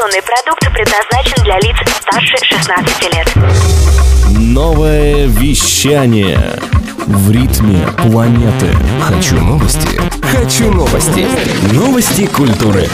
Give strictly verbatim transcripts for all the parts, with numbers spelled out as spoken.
Информационный продукт предназначен для лиц старше шестнадцати лет. Новое вещание в ритме планеты. Хочу новости. Хочу новости. Новости культуры.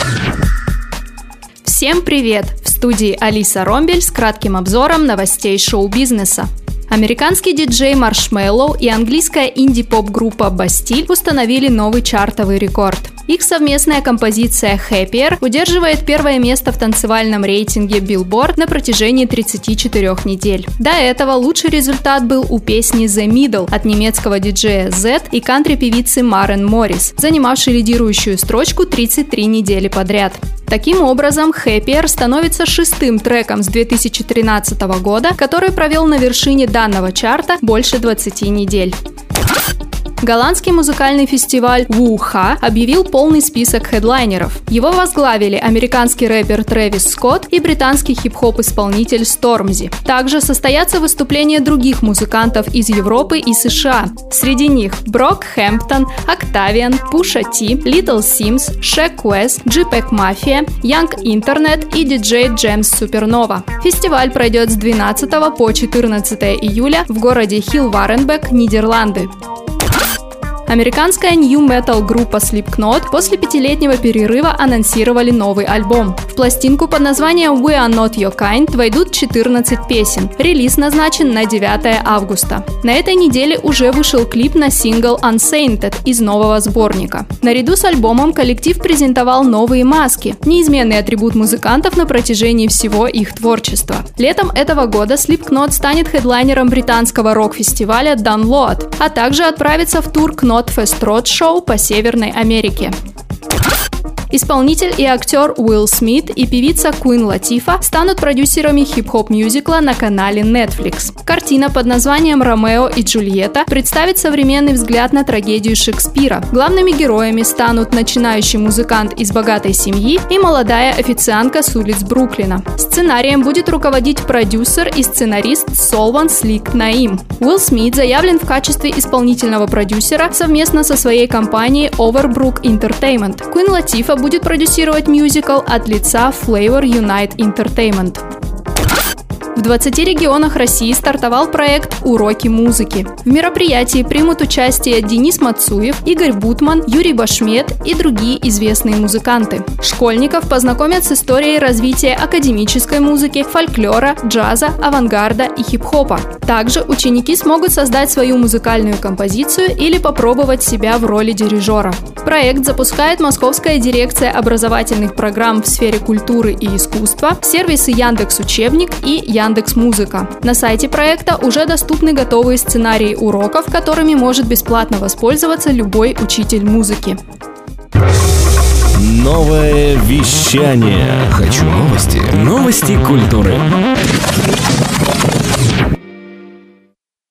Всем привет! В студии Алиса Ромбель с кратким обзором новостей шоу-бизнеса. Американский диджей Маршмеллоу и английская инди-поп-группа Бастиль установили новый чартовый рекорд. Их совместная композиция «Happier» удерживает первое место в танцевальном рейтинге Billboard на протяжении тридцати четырёх недель. До этого лучший результат был у песни «The Middle» от немецкого диджея Z и кантри-певицы Марен Моррис, занимавшей лидирующую строчку тридцать три недели подряд. Таким образом, «Happier» становится шестым треком с две тысячи тринадцатого года, который провел на вершине данного чарта больше двадцати недель. Голландский музыкальный фестиваль Woo-Ha объявил полный список хедлайнеров. Его возглавили американский рэпер Трэвис Скотт и британский хип-хоп-исполнитель Stormzy. Также состоятся выступления других музыкантов из Европы и США. Среди них Брокхэмптон, Octavian, Pusha T, Little Sims, Sheck Wes, G-Pack Mafia, Young Internet и диджей Джемс Супернова. Фестиваль пройдет с двенадцатого по четырнадцатое июля в городе Хилваренбек, Нидерланды. Американская нью-метал группа Slipknot после пятилетнего перерыва анонсировали новый альбом. В пластинку под названием We Are Not Your Kind войдут четырнадцать песен. Релиз назначен на девятое августа. На этой неделе уже вышел клип на сингл Unsainted из нового сборника. Наряду с альбомом коллектив презентовал новые маски, неизменный атрибут музыкантов на протяжении всего их творчества. Летом этого года Slipknot станет хедлайнером британского рок-фестиваля Download, а также отправится в тур Knot Fest Roadshow по Северной Америке. Исполнитель и актер Уилл Смит и певица Куин Латифа станут продюсерами хип-хоп-мюзикла на канале Netflix. Картина под названием «Ромео и Джульетта» представит современный взгляд на трагедию Шекспира. Главными героями станут начинающий музыкант из богатой семьи и молодая официантка с улиц Бруклина. Сценарием будет руководить продюсер и сценарист Солван Слик Наим. Уилл Смит заявлен в качестве исполнительного продюсера совместно со своей компанией Overbrook Entertainment. Куин Латифа будет продюсировать мюзикл от лица Flavor Unite Entertainment. В двадцати регионах России стартовал проект «Уроки музыки». В мероприятии примут участие Денис Мацуев, Игорь Бутман, Юрий Башмет и другие известные музыканты. Школьников познакомят с историей развития академической музыки, фольклора, джаза, авангарда и хип-хопа. Также ученики смогут создать свою музыкальную композицию или попробовать себя в роли дирижера. Проект запускает Московская дирекция образовательных программ в сфере культуры и искусства, сервисы Яндекс.Учебник и Яндекс.Музыка. На сайте проекта уже доступны готовые сценарии уроков, которыми может бесплатно воспользоваться любой учитель музыки. Новое вещание. Хочу новости. Новости культуры.